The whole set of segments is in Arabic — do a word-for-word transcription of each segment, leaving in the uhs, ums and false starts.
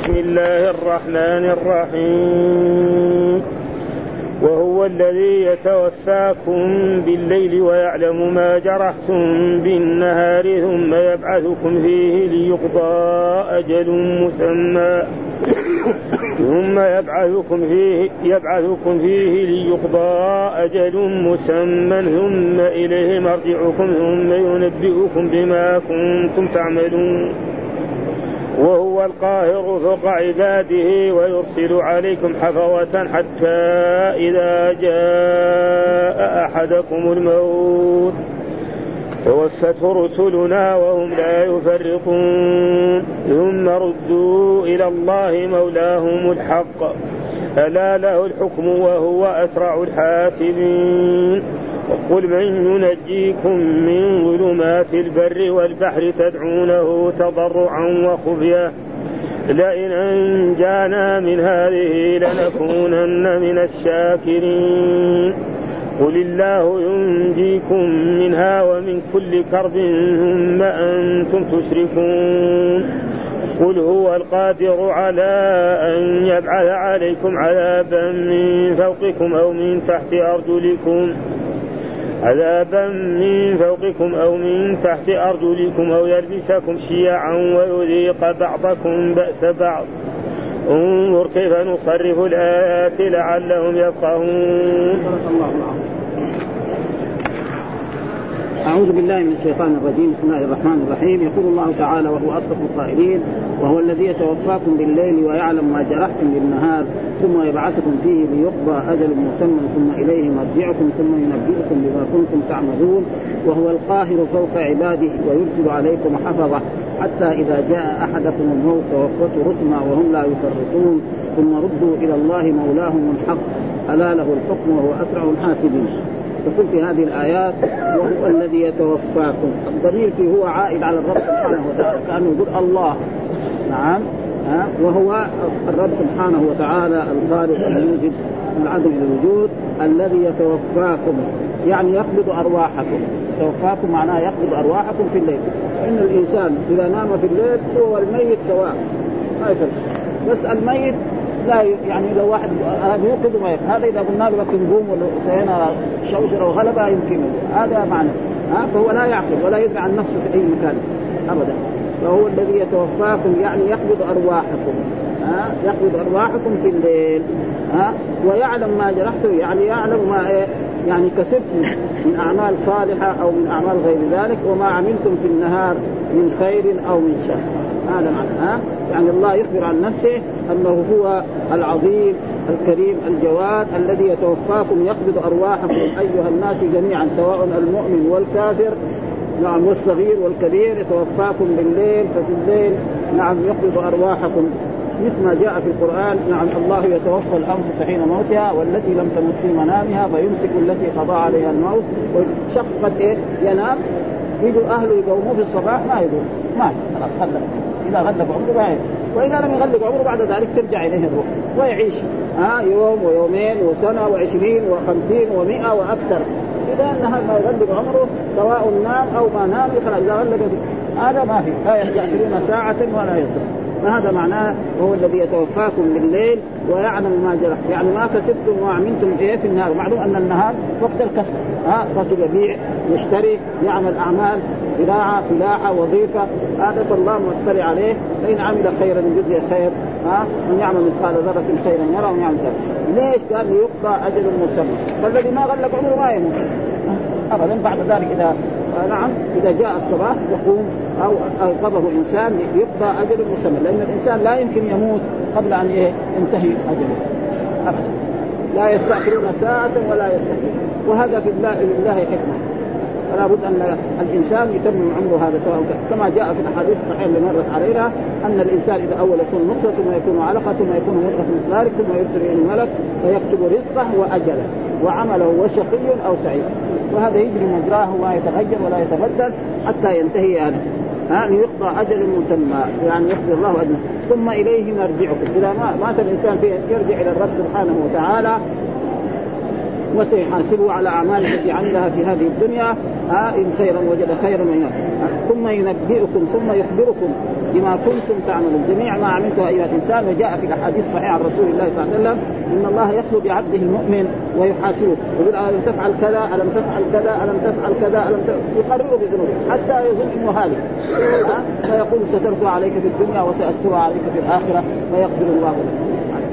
بسم الله الرحمن الرحيم. وهو الذي يتوفاكم بالليل ويعلم ما جرحتم بالنهار ثم يبعثكم فيه ليقضى أجل مسمى ثم يبعثكم فيه, يبعثكم فيه ليقضى أجل مسمى ثم إليه مرجعكم ثم ينبئكم بما كنتم تعملون. وهو القاهر فوق عباده ويرسل عليكم حفظة حتى إذا جاء أحدكم الموت توفته رسلنا وهم لا يفرقون ثم ردوا إلى الله مولاهم الحق ألا له الحكم وهو أسرع الحاسبين. وقل من ينجيكم من ظلمات البر والبحر تدعونه تضرعا وخفيا لئن أنجانا من هذه لنكونن من الشاكرين. قل الله ينجيكم منها ومن كل كرب ثم أنتم تشركون. قل هو القادر على أن يبعث عليكم عذابا من فوقكم أو من تحت أرجلكم عذابا من فوقكم أو من تحت أرجلكم أو يلبسكم شيعا ويذيق بعضكم بأس بعض. انظر كيف نصرف الآيات لعلهم يفقهون. أعوذ بالله من الشيطان الرجيم. بسم الله الرحمن الرحيم. يقول الله تعالى وهو أصدق القائلين وهو الذي يتوفاكم بالليل ويعلم ما جرحتم بالنهار ثم يبعثكم فيه ليقضى أجل مسمى ثم إليه مرجعكم ثم ينبئكم بما كنتم تعملون. وهو القاهر فوق عباده ويرسل عليكم حفظة حتى إذا جاء أحدكم الموت توفته رسلنا وهم لا يفرطون ثم ردوا إلى الله مولاهم الحق ألا له الحكم وهو أسرع الحاسبين. يقول في هذه الآيات وهو الذي يتوفاكم. الضمير فيه هو عائد على الرب سبحانه وتعالى كأنه يقول الله. نعم ها وهو الرب سبحانه وتعالى الخالق الموجد من العدم إلى الوجود الذي يتوفاكم يعني يقبض أرواحكم. يتوفاكم معناه يقبض أرواحكم في الليل. إن الإنسان إذا نام في الليل هو الميت سواء ما يفرق. بس الميت لا يعني لو واحد يوقظ ما يفعل. هذا إذا قلنا له نقوم ولا سينا شوشرة وغلبة يمكن هذا معنى ها فهو لا يعقل ولا يدري عن نفسه في أي مكان أبدا. فهو الذي يتوفاكم يعني يقبض أرواحكم ها يقبض أرواحكم في الليل ها ويعلم ما جرحتم يعني يعلم ما إيه يعني كسبتم من أعمال صالحة أو من أعمال غير ذلك وما عملتم في النهار من خير أو من شر. هذا معنى ها يعني الله يخبر عن نفسه أنه هو العظيم الكريم الجواد الذي يتوفاكم يقبض أرواحكم أيها الناس جميعا سواء المؤمن والكافر نعم والصغير والكبير يتوفاكم بالليل ففي الليل نعم يقبض أرواحكم مثل ما جاء في القرآن. نعم الله يتوفى الأنفس حين موتها والتي لم تمت في منامها فيمسك التي قضى عليها الموت. وشخص قد إيه ينام يجوا أهله يقوموه في الصباح ما يقوم ما خلاص غلب إذا غلب عمره ما يقوم وإذا لم يغلب عمره بعد ذلك ترجع إليه الروح ويعيش ها يوم ويومين وسنة وعشرين وخمسين ومئة وأكثر. إذا أنها ما يغلب عمره سواء نام أو ما نام خلاص إذا غلب هذا ما في لا يستأخرون ساعة ولا يستأخرون. هذا معناه وهو الذي يتوفاكم بالليل ويعلم ما جرح يعني ما كسبتم وعملتم ايه في النهار. معلوم ان النهار وقت الكسب ها رجل يبيع يشتري يعمل اعمال زراعه فلاحه وظيفه هذا فالله مطلع عليه فان عمل خيرا يجزي خير ها من يعمل مثقال ذره خيرا يرى ومن يعمل ذلك. ليش قال ليقضى اجل مسمى فالذي ما غلق عمره ما يموت ابدا. بعد ذلك اذا نعم إذا جاء الصباح يقوم أو أوقظه إنسان يقضى أجل مسمى لأن الإنسان لا يمكن يموت قبل أن ينتهي أجله أبدا. لا يستأخرون ساعة ولا يستأخرون وهذا في الله لله حكمة. فلا بد أن الإنسان يتمم عمره هذا سواء كما جاء في الأحاديث الصحيحة اللي مرت علينا أن الإنسان إذا أول يكون نطفة ثم يكون علقة ثم يكون مضغة مثل ذلك ثم يرسل إليه الملك فيكتب رزقه وأجله وعمله وشقي أو سعيد وهذا يجري مجراه ولا يتغير ولا يتبدل حتى ينتهي هذا ها يقضى أجل مسمى يعني يقضي الله أجله ثم إليه مرجعكم. إذا ما مات الإنسان فيه يرجع إلى الرب سبحانه وتعالى وسيحاسبه على أعماله التي عملها في هذه الدنيا ها إن خيرا وجد خيرا منها ثم ينبئكم ثم يخبركم بما كنتم تعملون جميع ما عملته أيها الإنسان. وجاء في الأحاديث الصحيحة عن رسول الله صلى الله عليه وسلم إن الله يخلو بعبده المؤمن ويحاسبه يقول ألم تفعل كذا ألم تفعل كذا ألم تفعل كذا ألم تفعل يقرره بذنوبه حتى يظن إنه هالك فيقول سترت عليك في الدنيا وسأستر عليك في الآخرة فيغفر الله له.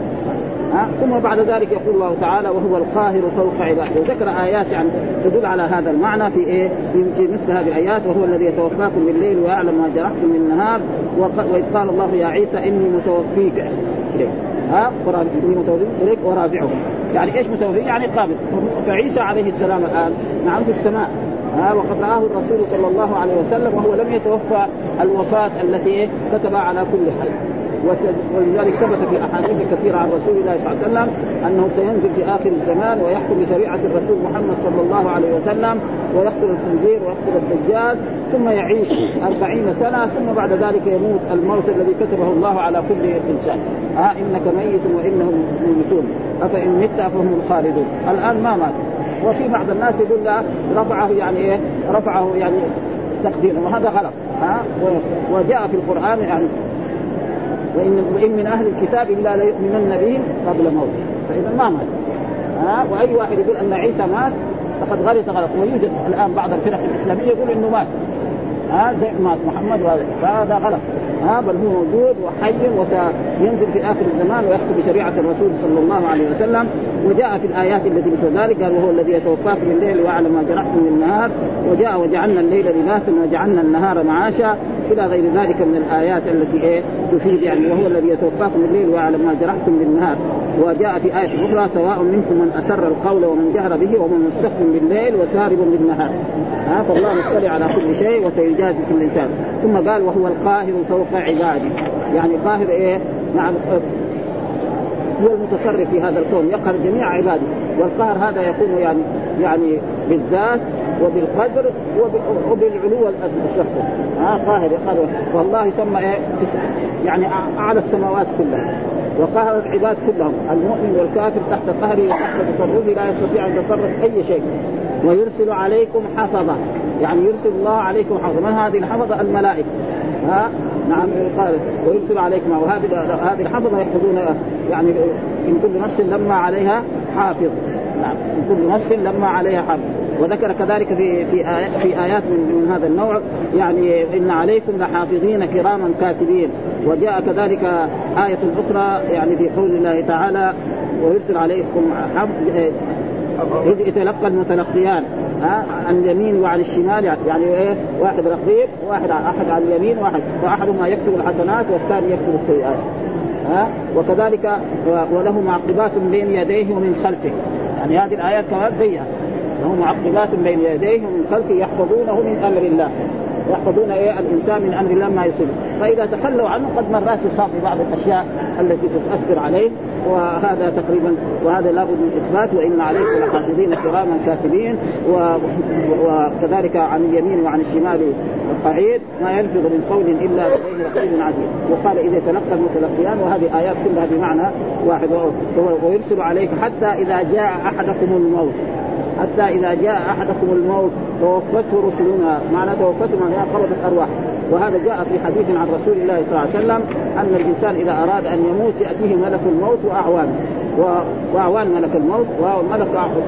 ثم بعد ذلك يقول الله تعالى وهو القاهر فوق عباده. وذكر آيات يعني تدل على هذا المعنى في إيه في مثل هذه الآيات وهو الذي يتوفاكم بالليل ويعلم ما جرحتم بالنهار. وإذ قال الله يا عيسى إني متوفيك إليك ها إني متوفيك إليك ورافعه يعني إيش متوفي يعني قابض. فعيسى عليه السلام الآن نعم في السماء ها وقد رآه الرسول صلى الله عليه وسلم وهو لم يتوفى الوفاة التي كتبها على كل حي. ولذلك ثبت في أحاديث كثيرة عن رسول الله صلى الله عليه وسلم أنه سينزل في آخر الزمان ويحكم بشريعة الرسول محمد صلى الله عليه وسلم ويقتل الخنزير ويقتل الدجال ثم يعيش أربعين سنة ثم بعد ذلك يموت الموت الذي كتبه الله على كل إنسان. ها إنك ميت وإنهم ميتون أفإن مت فهم الخالدون. الآن ما مات. وفي بعض الناس يقول له رفعه يعني إيه رفعه يعني تقديرا وهذا غلط. ها وجاء في القرآن يعني وإن, وإن من أهل الكتاب إلا ليؤمنن به قبل موته فإذا ما مات. ها وأي واحد يقول أن عيسى مات فقد غلط غلط. ويوجد الآن بعض الفرق الإسلامية يقول إنه مات ها زي مات محمد وهذا غلط. ها بل هو موجود وحي وسينزل في آخر الزمان ويحكم بشريعة الرسول صلى الله عليه وسلم. وجاء في الآيات التي مثل ذلك قال وهو الذي يتوفاكم بالليل ويعلم ما جرحتم بالنهار. وجاء وجعلنا الليل لباسا وجعلنا النهار معاشا إلى غير ذلك من الآيات التي إيه تفيد يعني وهو الذي يتوفاكم بالليل ويعلم ما جرحتم بالنهار. وجاء في آية أخرى سواء منكم من أسر القول ومن جهر به ومن مستخف بالليل وسارب بالنهار. ها فالله مطلع على كل شيء وسيجازي كل إنسان. ثم قال وهو القاهر فوق عباده يعني قاهر إيه نعم هو المتصرف في هذا الكون يقهر جميع عباده. والقهر هذا يكون يعني يعني بالذات وبالقدر وبالعلو الشخصي. ها قاهر يقهر والله سمى إيه يعني أعلى السماوات كلها وقهر العباد كلهم المؤمن والكافر تحت قهره وتحت تصرفه لا يستطيع أن يتصرف أي شيء. ويرسل عليكم حفظة يعني يرسل الله عليكم حفظة. من هذه الحفظة؟ الملائكة. ها نعم قال ويرسل عليكم وهذه هذه الحفظة يحفظون يعني إن كل نفس لما عليها حافظ. نعم إن كل نفس لما عليها حافظ. وذكر كذلك في في آيات, في آيات من, من هذا النوع يعني إن عليكم لحافظين كراما كاتبين. وجاء كذلك آية أخرى يعني في قول الله تعالى ويرسل عليكم حفظ إذ يتلقى المتلقيان عن اليمين وعن الشمال يعني إيه واحد رقيب واحد أحد عن اليمين واحد فأحدهما يكتب الحسنات والثاني يكتب السيئات. ها وكذلك وله معقبات بين يديه ومن خلفه يعني هذه الآيات كمان زيها له معقبات بين يديه ومن خلفه يحفظونه من أمر الله يحفظون إيه الإنسان من أمر الله ما يصيب. فإذا تخلوا عنه قد مرات يصاب ببعض الأشياء التي تؤثر عليه وهذا تقريبا وهذا لابد من إثبات. وإن عليكم لحافظين كراما كاتبين وكذلك عن اليمين وعن الشمال القعيد ما يلفظ من قول إلا لديه رقيب عتيد. وقال إذا تلقى المتلقيان وهذه آيات كلها بمعنى واحد. ويرسل عليك حتى إذا جاء أحدكم الموت حتى إذا جاء أحدكم الموت توفته رسلنا معنى توفته معناها قبضت أرواح. وهذا جاء في حديث عن رسول الله صلى الله عليه وسلم أن الإنسان إذا أراد أن يموت يأتيه ملك الموت وأعوانه وأعوان ملك الموت وملك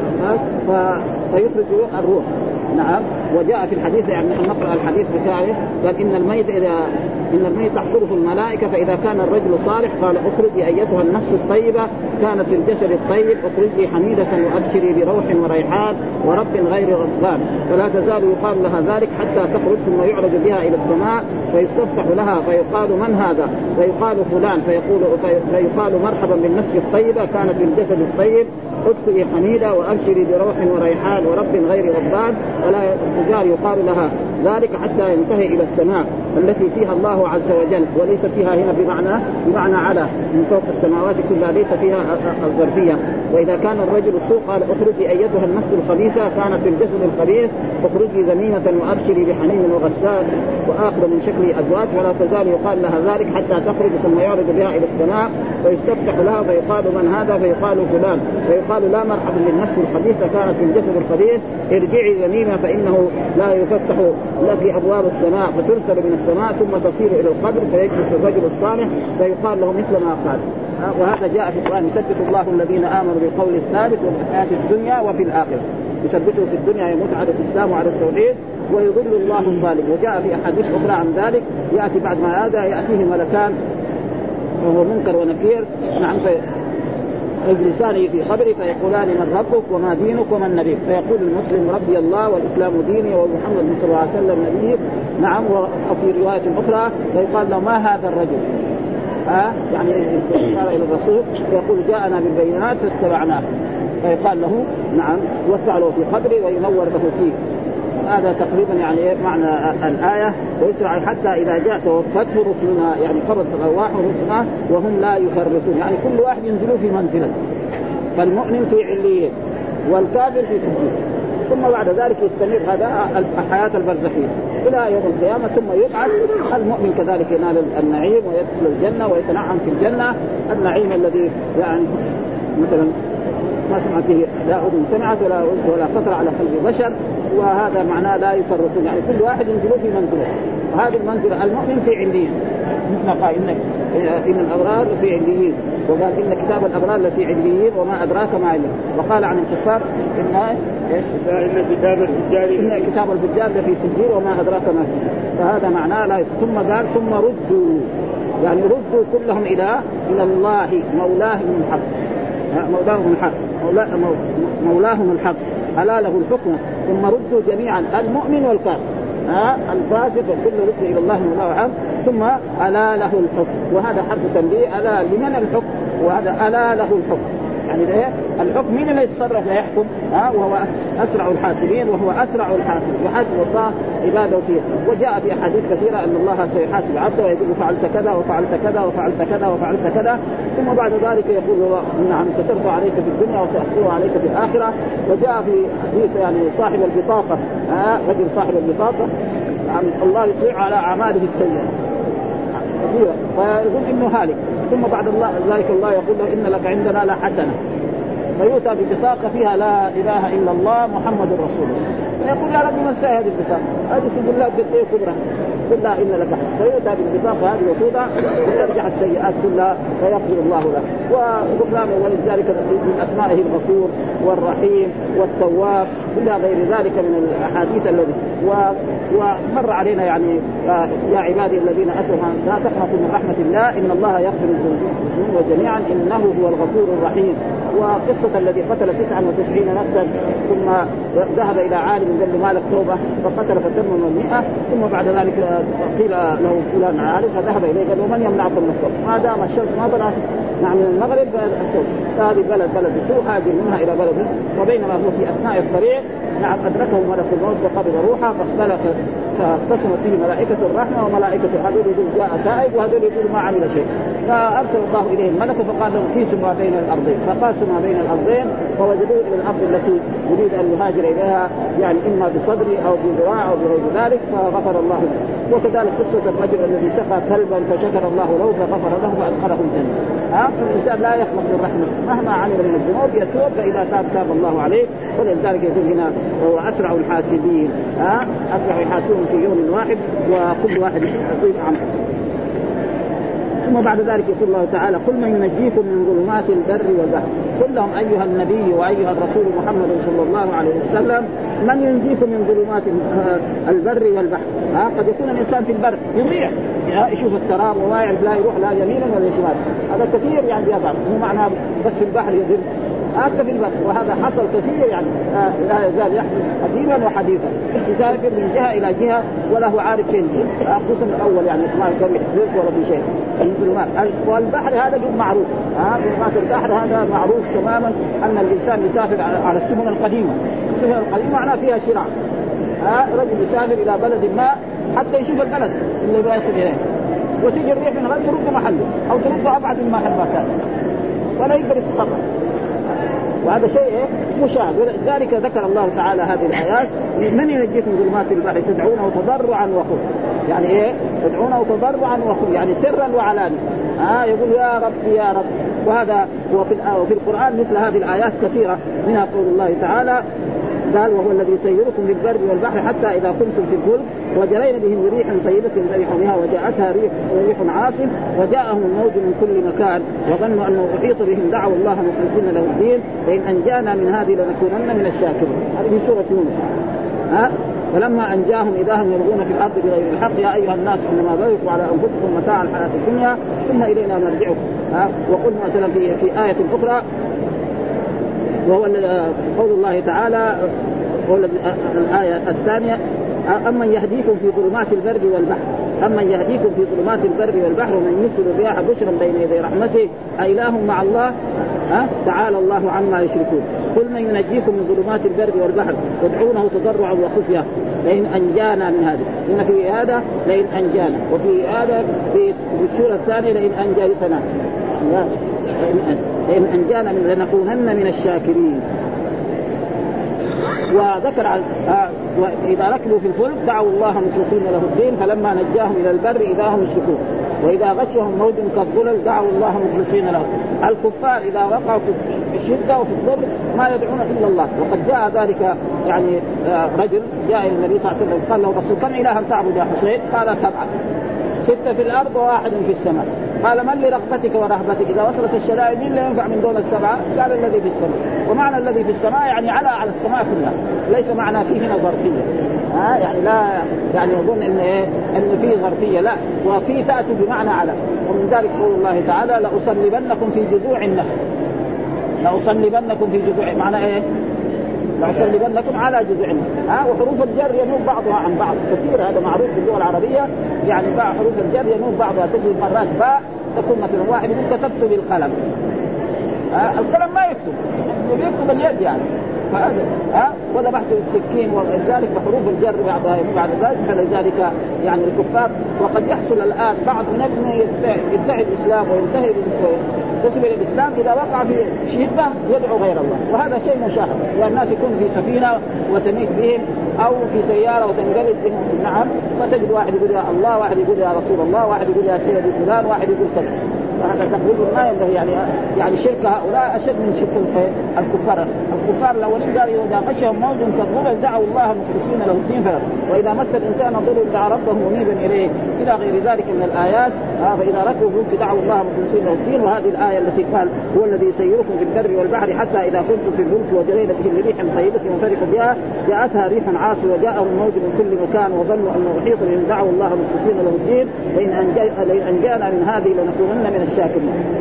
فيخرج الروح. نعم وجاء في الحديث يعني نحن نقرأ الحديث بتاعه قال إن الميت إذا إن الميت تحضره الملائكة فإذا كان الرجل صالح قال أخرجي أيتها النفس الطيبة كانت في الجسد الطيب أخرجي حميدة وأبشري بروح وريحان ورب غير غضبان فلا تزال يقال لها ذلك حتى تخرج ثم يعرج بها إلى السماء فيستفتح لها فيقال من هذا فيقال فلان فيقول فيقال مرحبا بالنفس الطيبة كانت في الجسد الطيب ادخلي حميدة وأبشري بروح وريحان ورب غير غضبان. ولا تزال يقال لها ذلك حتى ينتهي إلى السماء التي فيها الله عز وجل، وليس فيها هنا بمعنى بمعنى على من فوق السماوات كلها، ليس فيها الظرفية. وإذا كان الرجل السوء قال اخرجي أيتها النفس الخبيثة كانت في الجسد الخبيث اخرجي ذميمة وأبشري بحنين وغسال وآخر من شكل أزواج ولا تزال يقال لها ذلك حتى تخرج ثم يعرض بها إلى السماء ويستفتح لها فيقال من هذا فيقال فلان فيقال لا مرحبا للنفس الخبيثة كانت في الجسد الخبيث ارجعي ذميمة فإنه لا يفتح لك أبواب السماء فترسل من السماء ثم تصير إلى القبر فيجلس الرجل الصالح فيقال له مثل ما قال. وهذا جاء في القرآن يثبت الله الذين آمنوا بالقول الثابت وفي الحياة الدنيا وفي الآخرة، يثبته في الدنيا يموت على الإسلام وعلى التوحيد ويضل الله الظالم. وجاء في أحاديث أخرى عن ذلك يأتي بعد ما هذا يأتيه ملكان وهو منكر ونكير نعم يجلسان في قبره فيقولان من ربك وما دينك ومن نبيك فيقول المسلم ربي الله والإسلام ديني ومحمد صلى الله عليه وسلم نبيه نعم. وفي رواية أخرى فيقال له ما هذا الرجل ها يعني قال إلى الرسول فيقول جاءنا بالبينات فاتبعناه فيقال له نعم يوسع له في قبره وينور له فيه. هذا تقريبا يعني معنى الآية ويسرع حتى إذا جاء توفته رسلنا يعني قبضت الأرواح رسلنا وهم لا يفرطون يعني كل واحد ينزلوا في منزله فالمؤمن في عليين والكافر في سجين ثم بعد ذلك يستمر هذا الحياة البرزخية إلى يوم القيامة ثم يبعث المؤمن كذلك ينال النعيم ويدخل الجنة ويتنعم في الجنة النعيم الذي يعني مثلا ما سمعت به لا أذن سمعت ولا ولا خطر على قلب بشر. وهذا معناه لا يفرطون يعني كل واحد ينزلوا في منزله وهذه المنزلة المؤمن في عليين مثل ما قال إن إن الأبرار في عليين وقال إن كتاب الأبرار لفي عليين وما أدراك ما عليين. وقال عن الكفار إن إيش إن كتاب الفجار إن كتاب الفجار لفي سجين وما أدراك ما سجين. فهذا معناه لا. ثم قال ثم ردوا يعني ردوا كلهم إلى إلى الله مولاهم الحق مولاهم الحق مولا مولاهم الحق ألا له الحكم ثم ردوا جميعا المؤمن والكافر ها الفاسق وكل رد إلى الله والله أعلم ثم ألا له الحكم. وهذا حرف تنبيه ألا لمن الحكم وهذا ألا له الحكم يعني ده الحكم مين اللي يتصرف ويحكم ها وهو أسرع الحاسبين وهو أسرع الحاسب يحاسب الله عباده فيه. وجاء في أحاديث كثيرة أن الله سيحاسب عبده ويقول فعلت كذا وفعلت كذا وفعلت كذا وفعلت كذا ثم بعد ذلك يقول الله نعم سترت عليك في الدنيا وسأخطوها عليك في الآخرة. وجاء في حديث يعني صاحب البطاقة ها رجل صاحب البطاقة يعني الله يطلع على أعماله السيئة فيقول إنه هالك ثم بعد الله ذلك الله يقول له إن لك عندنا لا حسنة فيؤتى ببطاقة فيها لا إله إلا الله محمد رسول الله فيقول يا رب من سيء هذه البطاقة هذه سبيل الله قد كبرى قل إن لك حسنة فيؤتى بالبطاقة هذه وتوضع وترجع السيئات كلها فيغفر الله له. وغفرانه ولذلك من أسمائه الغفور والرحيم والتواب إلى غير ذلك من الأحاديث الذي ومر علينا يعني يا عبادي الذين أسرفوا لا تقنطوا من رحمة الله إن الله يغفر الذنوب جميعا إنه هو الغفور الرحيم. وقصة الذي قتل تسعة وتسعين نفسا ثم ذهب إلى عالم قال له مالك توبة فقتل فتمم المئة ثم بعد ذلك قيل له فلان عالم فذهب إليه قال ومن يمنعكم من التوبة ما دام الشمس ما طلعت نعم من المغرب فهذه بلد بلد سوء هاجر منها إلى بلد وبينما هو في أثناء الطريق نعم أدركه ملك الموت فقبض روحه فاختلف فاختصمت فيه ملائكة الرحمة وملائكة هذول يقول جاء تائب وهذول يقول ما عمل شيء فأرسل الله إليه الملك فقال لهم كيسوا ما بين الأرضين فقاسوا ما بين الأرضين فوجدوه إلى الأرض التي يريد أن يهاجر إليها يعني إما بصدري أو بذراع أو بغير ذلك فغفر الله له. وكذلك قصة الرجل الذي سقى كلبا فشكر الله له فغفر له فأدخله الجنة. ها الإنسان لا يخلق من رحمة مهما عمل من الذنوب يتوب فإذا تاب تاب الله عليه. ولذلك يقول هنا هو أسرع الحاسبين ها أسرع يحاسبون في يوم واحد وكل واحد يطيب عنه. ثم بعد ذلك يقول الله تعالى قل من ينجيكم من ظلمات البر والبحر قل لهم أيها النبي وأيها الرسول محمد صلى الله عليه وسلم من ينجيكم من ظلمات البر والبحر. ها قد يكون الإنسان في البر يضيع يشوف السراب وما يعرف لا يروح لا يمينا ولا شمالا هذا كثير يعني يضع مو معناه بس في البحر يضل هذا في البر وهذا حصل كثير يعني آه لا يزال يحدث قديما وحديثا يسافر من جهة إلى جهة وله عارف فين خصوصا الأول يعني ما يقدر يحسبك ولا في شيء والبحر هذا جد معروف ها آه البحر هذا معروف تماما أن الإنسان يسافر على السفن القديمة السفن القديمة معناه فيها شراع ها رجل يسافر الى بلد ما حتى يشوف البلد اللي بيصل اليه، وتيجي الريح من غير ترد محله او ترد ابعد مما حد ما كان ولا يقدر يتصرف. وهذا شيء إيه؟ مشاهد. ولذلك ذكر الله تعالى هذه الآيات: من ينجيكم من ظلمات البحر تدعونه تضرعا وخفيا. يعني إيه؟ تدعونه تضرعا وخفيا، يعني سرا وعلانية. آه يقول يا رب يا رب. وهذا وفي وفي القرآن مثل هذه الآيات كثيرة، منها قول الله تعالى قال: وهو الذي يسيركم بالبر والبحر حتى إذا كنتم في الفلك وجرين بهم بريح طيبة ريح بها وجاءتها ريح, ريح عاصف وجاءهم الموج من كل مكان وظنوا أنه أحيط بهم دعوا الله مخلصين له الدين لئن أنجانا من هذه لنكونن من الشاكرين. هذه في سورة يونس. ها فلما أنجاهم إذا هم يبغون في الأرض بغير الحق يا أيها الناس إنما ضيقوا على أنفسكم متاع الحياة الدنيا ثم إلينا مرجعكم. ها وقل مثلا في في آية أخرى: وهو قول الله تعالى الآية الثانية: أمن يهديكم في ظلمات البر والبحر أمن يهديكم في ظلمات البر والبحر ومن يرسل الرياح بشرا بين يدي رحمته أإله مع الله أه؟ تعالى الله عما يشركون. قل من ينجيكم من ظلمات البر والبحر تدعونه تضرعا وخفيا لئن أنجانا من هذا. هنا في هذا لئن أنجانا، وفي هذا في السورة الثانية لئن أنجيتنا لئن أنجانا من لنكونن من الشاكرين. وذكر آه وإذا ركبوا في الفلك دعوا الله مخلصين له الدين فلما نجاهم إلى البر إذا هم يشركون وإذا غشهم موج كالظلل دعوا الله مخلصين له. الكفار إذا وقعوا في الشدة وفي الضر ما يدعون إلا الله. وقد جاء ذلك يعني آه رجل جاء إلى النبي صلى الله عليه وسلم قال له: رسول كم إلها تعبد يا حسين؟ قال: سبعة، ستة في الأرض وواحد في السماء. قال: من لرغبتك ورهبتك؟ إذا وصلت الشدائد مين لا ينفع من دون السبعة؟ قال: الذي في السماء. ومعنى الذي في السماء يعني على على السماء كلها، ليس معنى فيه هنا ظرفية. ها يعني لا يعني يظن إن إيه إن فيه ظرفية، لا، وفي تأتي بمعنى على. ومن ذلك قول الله تعالى: لأصلبنكم في جذوع النخل. لأصلبنكم في جذوع، معنى إيه؟ لأصلبنكم على جذوع النخل. ها وحروف الجر ينوب بعضها عن بعض كثير، هذا معروف في اللغة العربية. يعني باء حروف الجر ينوب بعضها، تجد مرات باء تكون مثلا واحد يقول كتبت بالقلم. ها القلم ما يكتب، يكتب اليد يعني. فهذا ها وذبحت بالسكين ولذلك فحروف الجر بعضها بعد ذلك. فلذلك يعني الكفار وقد يحصل الآن بعض من يدعي الإسلام وينتهي ينتسب إلى الإسلام إذا وقع في شدة يدعو غير الله، وهذا شيء مشاهد. والناس يكون في سفينة وتميت بهم أو في سيارة وتنقلب بهم نعم، فتجد واحد يقول يا الله، واحد يقول يا رسول الله، واحد يقول يا سيدي فلان، واحد يقول كذا. فهذا تقريبا ما ينبغي يعني يعني شرك هؤلاء أشد من شرك الكفار. الكفار الأولين قالوا إذا غشهم موج كالظلل دعوا الله مخلصين له الدين فلا وإذا مس الإنسان ضر دعا ربه منيبا إليه إلى غير ذلك من الآيات. آه فإذا ركبوا فلك دعوا الله مخلصين له الدين. وهذه الآية التي قال: هو الذي يسيركم في البر والبحر حتى إذا كنتم في الفلك وجرين بهم بريح طيبة وفرحوا بها جاءتها ريح عاصف وجاءهم موج من كل مكان وظنوا أنه أحيط بهم دعوا الله مخلصين له الدين لئن أنجانا من هذه لنكونن من الشاكرين.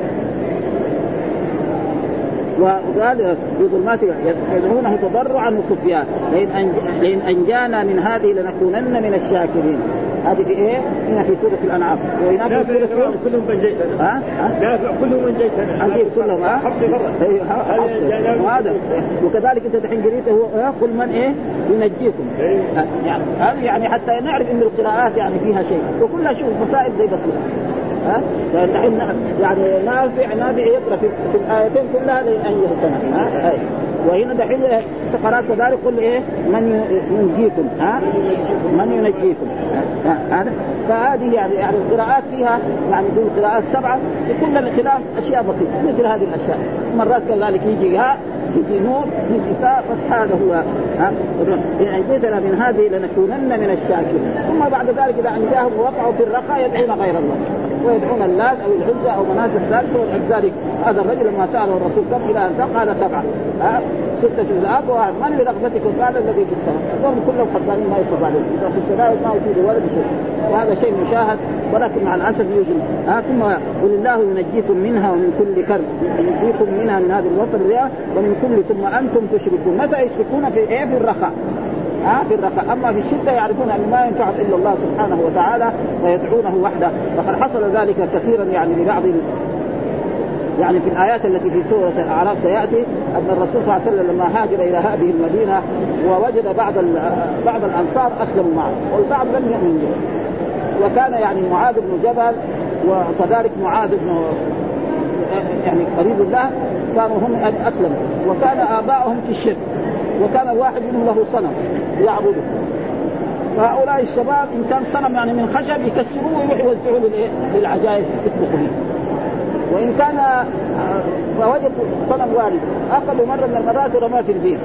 وقال في ظلمات يدعونه تضرعا وخفيا لئن أنجانا من هذه لنكونن من الشاكرين. هذه في ايه؟ هنا في سورة الأنعام. وهناك في سورة كلهم من جيتنا. ها؟ دافع كلهم من جيتنا. أجيب كلهم ها؟ حفص مرة. وهذا وكذلك أنت دحين قريته هو قل من إيه؟ ينجيكم. يعني هذا يعني حتى نعرف إن القراءات يعني فيها شيء وكلها شوف مسائل زي بسيطة. ها؟ يعني يعني نافع نافع يقرأ في, في الآيتين كلها لأن يهتنا. ها؟ وهنا دحين قرأت كذلك قل إيه؟ من ينجيكم. ها؟ من ينجيكم. هذا فهذه يعني يعني القراءات فيها يعني دون قراءات سبعة لكل الخلاف أشياء بسيطة مثل هذه الأشياء. مرات كذلك يجي ها يجي نور يجي تاء بس هذا هو ها إن أنجيتنا من هذه لنكونن من الشاكرين. ثم بعد ذلك إذا أنجاهم ووقعوا في الرخاء يدعون غير الله ويدعون اللات أو العزى أو مناة الثالثة. ولذلك هذا الرجل لما سأله الرسول كم إلى أن قال سبعة. ها ستة في الأرض وواحد من لرغبتك قال الذي في السماء. دول كلهم خطانين ما يصيب عليهم إذا في السماء ما يصيب ولا بشيء. وهذا شيء مشاهد ولكن مع الأسف يوجد. ها ثم قل الله ينجيكم منها ومن كل كرب ينجيكم منها من هذه الوطن ومن كل ثم أنتم تشركون. متى يشركون؟ في إيه؟ في الرخاء. ها في الرخاء. أما في الشدة يعرفون أن ما ينفع إلا الله سبحانه وتعالى ويدعونه وحده. وقد حصل ذلك كثيرا يعني لبعض يعني في الآيات التي في سورة الأعراف سيأتي أن الرسول صلى الله عليه وسلم لما هاجر إلى هذه المدينة ووجد بعض بعض الأنصار أسلموا معه والبعض لم يؤمن به، وكان يعني معاذ بن جبل وكذلك معاذ بن يعني قريب الله كانوا هم أسلموا، وكان آباؤهم في الشرك، وكان الواحد منهم له صنم يعبده. فهؤلاء الشباب إن كان صنم يعني من خشب يكسروه ويروح يوزعوه للعجائز يطبخوا به، وإن كان فوجد صنم والد أخذوا مرة من المرات ورماه في البير،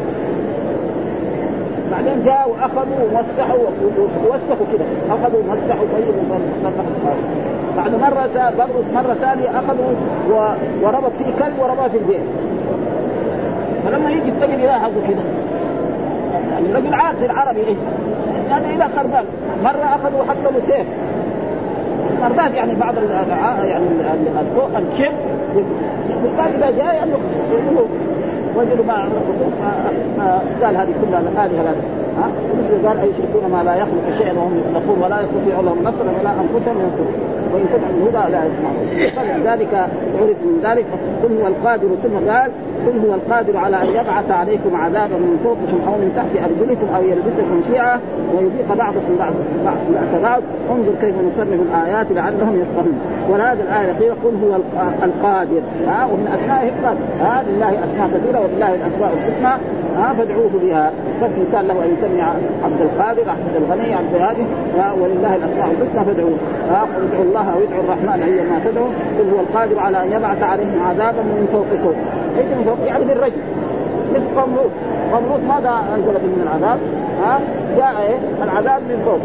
بعدين جاءوا وأخذوا ومسحوا ووسخوا كده، أخذوا ومسحوا طيب وصرفوا. بعد مرة برضو مرة ثانية أخذوا وربط فيه كلب ورماه في البير. فلما يجي التجر يلاحظوا كده يعني رجل عادي العربي إيه هذا إلى خربان، مرة أخذوا حتى له سيف مرات يعني بعض يعني الشيء بالتالي إذا جاء يعني يقولوا وجدوا ما ما قال هذه كلها الآلهة هذا ها ومثل قال أيشركون ما لا يخلق شيئا وهم يخلقون ولا يستطيعون لهم نصرا ولا أنفسهم ينصرون وإن تدعوا الهدى لا يسمعون. فلذلك عرف من ذلك قل هو القادر، ثم قال قل هو القادر على أن يبعث عليكم عذابا من فوقكم أو من تحت أرجلكم أو يلبسكم شيعا ويذيق بعضكم بأس بعض انظر كيف نصرف الآيات لعلهم يفقهون. وهذه الآية الأخيرة قل هو القادر ها ومن أسمائه القادر ها لله أسماء كثيرة ولله الأسماء الحسنى ها فادعوه بها. فالإنسان له أن يسمي عبد القادر عبد الغني عبد هذه ولله الأسماء الحسنى فادعوه ها قل ادعوا الله أو ادعوا الرحمن أيما تدعوا قل هو القادر على أن يبعث عليهم عذابا من فوقكم ايش من فوق يعني بالرجل مثل قوم لوط. قوم لوط ماذا انزل به من العذاب ها جاء ايه العذاب من فوق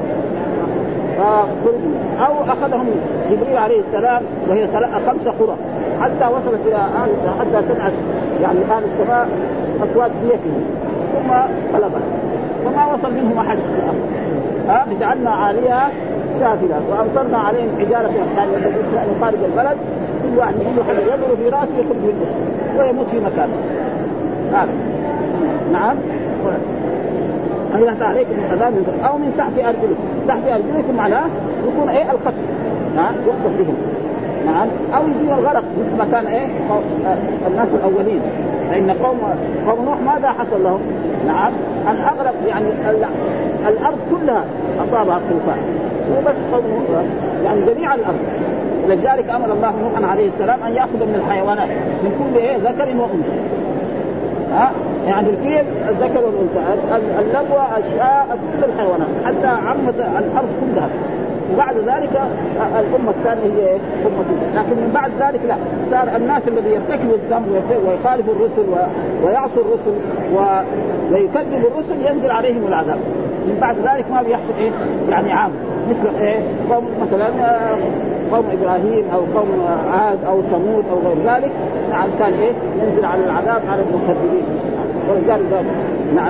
او اخذهم جبريل عليه السلام وهي خمسه قرى حتى وصلت الى اهل السماء حتى سمعت يعني اهل السماء اصوات ديكهم ثم قلبت وما وصل منهم احد ها جعلنا عاليها سافلة وامطرنا عليهم حجاره يعني من خارج البلد كل واحد منهم حد يضرب في راسه يخرج من نفسه ويموت في مكانه هذا نعم هل أتى عليكم من عذاب أو من تحت أرجلكم. تحت أرجلكم معناه يكون إيه الخسف نعم يخسف بهم نعم أو يجي الغرق مثل ما كان إيه الناس الأولين لأن قوم قوم نوح ماذا حصل لهم نعم أن أغرق يعني الأرض كلها أصابها الطوفان وبس قوم نوح يعني جميع الأرض. لذلك أمر الله نوحا عليه السلام أن يأخذ من الحيوانات من كل إيه ذكر وأنثى ها يعني الفيل الذكر والأنثى اللبوة الشاء كل الحيوانات حتى عمة الأرض كلها. وبعد ذلك الأمة الثانية هي أمة لكن من بعد ذلك لا صار الناس الذي يرتكبوا الذنب ويخالفوا الرسل ويعصوا الرسل ويكذبوا الرسل ينزل عليهم العذاب. من بعد ذلك ما بيحصل إيه يعني عام مثل إيه قوم مثلا قوم إبراهيم أو قوم عاد أو ثمود أو غير ذلك نعم كان إيه ينزل على العذاب على المكذبين ولذلك نعم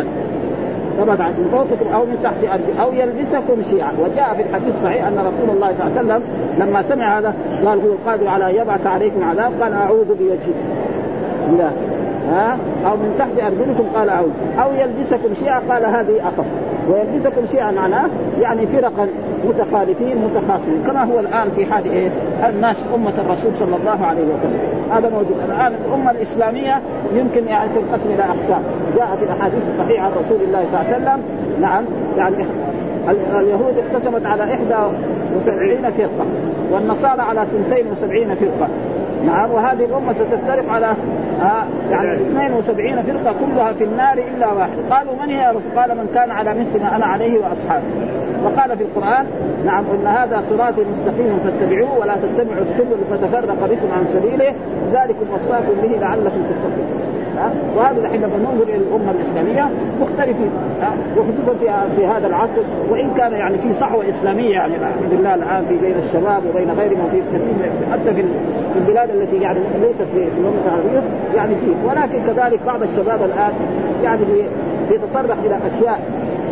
ثبت من فوقكم أو من تحت أرجل أو يلبسكم شيعا. وجاء في الحديث الصحيح أن رسول الله صلى الله عليه وسلم لما سمع هذا قال هو القادر على أن يبعث عليكم عذاب قال أعوذ بوجهه لا ها أو من تحت أرجلكم قال أعوذ أو يلبسكم شيعا قال هذه أخف. ويلبسكم شيعا معناه يعني فرقا متخالفين متخاصمين كما هو الآن في حال إيه الناس أمة الرسول صلى الله عليه وسلم. هذا موجود الآن الأمة الإسلامية يمكن يعني تنقسم إلى أقسام. جاء في الأحاديث الصحيحة عن رسول الله صلى الله عليه وسلم نعم يعني اليهود اقتسمت على إحدى وسبعين فرقة والنصارى على اثنتين وسبعين فرقة نعم وهذه الأمة ستفترق على آه يعني اثنين وسبعين فرقة كلها في النار إلا واحد. قالوا من هي رسول قال من كان على مثل ما أنا عليه وأصحابي. وقال في القرآن نعم إن هذا صراطي مستقيم فاتبعوه ولا تتبعوا السبل فتفرق بكم عن سبيله ذلكم وصاكم به لعلكم تتقون. وهذا الحين بننظر إلى الأمة الإسلامية مختلفين وخصوصا في في هذا العصر وإن كان يعني في صحوة إسلامية يعني الحمد لله الآن في بين الشباب وبين غيرهم وفي كثير حتى في في البلاد التي يعني ليست في في الأمة العربية يعني فيه. ولكن كذلك بعض الشباب الآن يعني بيتطرق إلى أشياء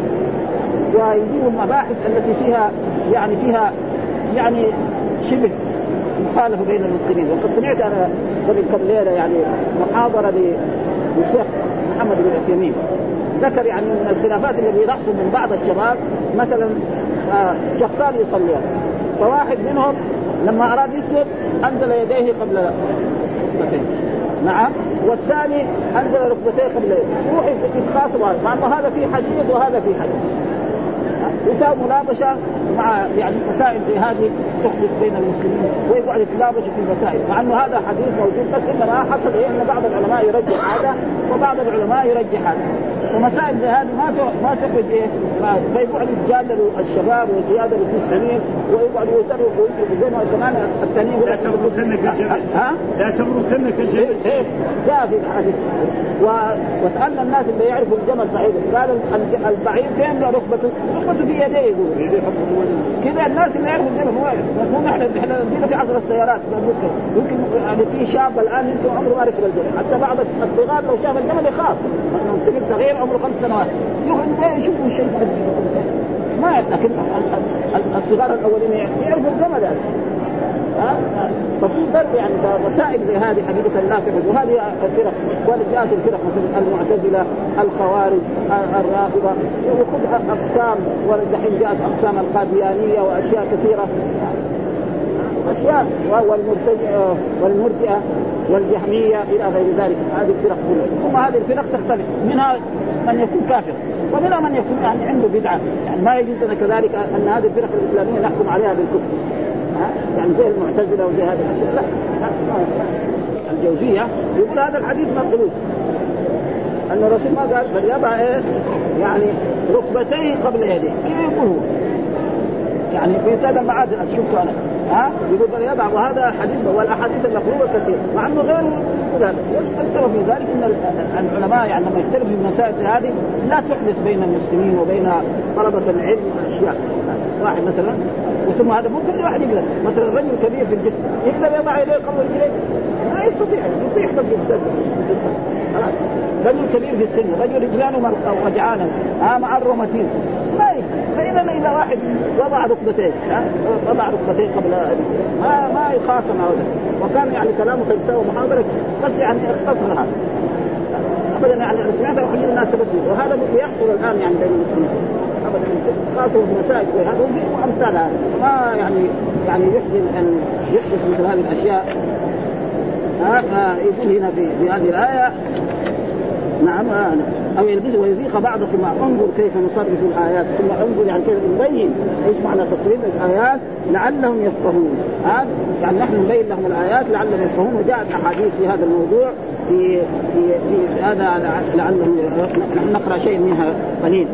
ويجيب المباحث التي فيها يعني فيها يعني شبه مخالفة بين المسلمين. وقد سمعت أنا قبل كم ليلة يعني محاضرة للشيخ محمد بن عثيمين ذكر يعني من الخلافات التي يحصل من بعض الشباب مثلا آه شخصان يصليان فواحد منهم لما أراد يسجد أنزل يديه قبل ركبتين. نعم. والثاني أنزل ركبتين قبل يروح يتخاصم، مع أنه هذا في حديث وهذا في حديث، يساوي مناقشة مع يعني مسائل زي هذه تحدث بين المسلمين ويقعد يتناقشوا في المسائل، مع انه هذا حديث موجود، بس انما حصل ايه ان بعض العلماء يرجح هذا وبعض العلماء يرجح هذا، ومسائل زي هذه ما ما تقعد ايه، فيقعدوا يتجادلوا الشباب ويتجادلوا في السنين ويقعدوا يتروا زي ما كمان الثانيين لا تمروا سنك الجبل، ها لا تمروا سنك الجبل. ايه جاء في الحديث. وسألنا الناس اللي يعرفوا الجمل صحيح، قال البعير فين ركبته؟ ركبته في يديه، يقول كذا. الناس اللي يعرفوا الجمل هو مو نحن احنا في عصر السيارات، ممكن يعني في شاب الان يمكن عمره ما ركب الجمل، حتى بعض الصغار لو شاف الجمل يخاف، تجد صغير عمره خمس سنوات يخرج يشوفوا شيء ما يعرف، لكن الصغار الاولين يعرفوا الجمل هذا. ها ففي ضرب يعني مسائل زي هذه حقيقة لا تحدث. وهذه الفرق، ولجات الفرق مثل المعتزلة، الخوارج، الرافضة، وخذ أقسام، ودحين جاءت أقسام القاديانية وأشياء كثيرة، أشياء والمرتجئة والمرجئة والجهمية إلى غير ذلك. هذه الفرق كلها، ثم هذه الفرق تختلف، منها من يكون كافر ومنها من يكون يعني عنده بدعة، يعني ما يجوز لنا كذلك أن هذه الفرق الإسلامية نحكم عليها بالكفر، يعني زي المعتزلة وزي هذه الأشياء. لا, لا. الجوزية يقول هذا الحديث مقبول، أن الرسول ما قال فليضع إيه يعني ركبتيه قبل يديه، كيف يقول هو يعني في هذا المعاد شفته أنا ها يقول فليضع، وهذا حديث والأحاديث المقلوبة كثير، مع أنه غير هذا. السبب في ذلك أن العلماء يعني لما يختلفوا في المسائل هذه لا تحدث بين المسلمين وبين طلبة العلم أشياء. واحد مثلا وثم هذا مو كل واحد يقدر، مثلا رجل كبير في الجسم يقدر يضع يديه قبل رجليه؟ لا يستطيع، يطيح بالجسم. خلاص رجل كبير في السن، رجل رجلانه وجعانه ها مع الروماتيزم ما يقدر. فإذا إذا واحد وضع ركبتين ها وضع ركبتين قبل ما ما يخاصم هذا، وكان يعني كلامه تجساوي محاضرة بس يعني اختصر هذا ابدا، يعني سمعت وحي الناس بدل، وهذا بيحصل الآن يعني بين المسلمين ابدا، خاصه في مساجد وهذا وامثال هذا ما يعني يعني يحدث ان يحدث مثل هذه الاشياء. ها يقول هنا في في هذه الايه نعم او يلبسه ويذيق بعضكم، انظر كيف نصرف الايات، ثم انظر يعني كيف نبين ايش معنى تصريف الايات لعلهم يفقهون. ها يعني نحن نبين لهم الايات لعلهم يفقهون، وجاءت احاديث في هذا الموضوع في في, في هذا لعلهم نقرا شيء منها قليل.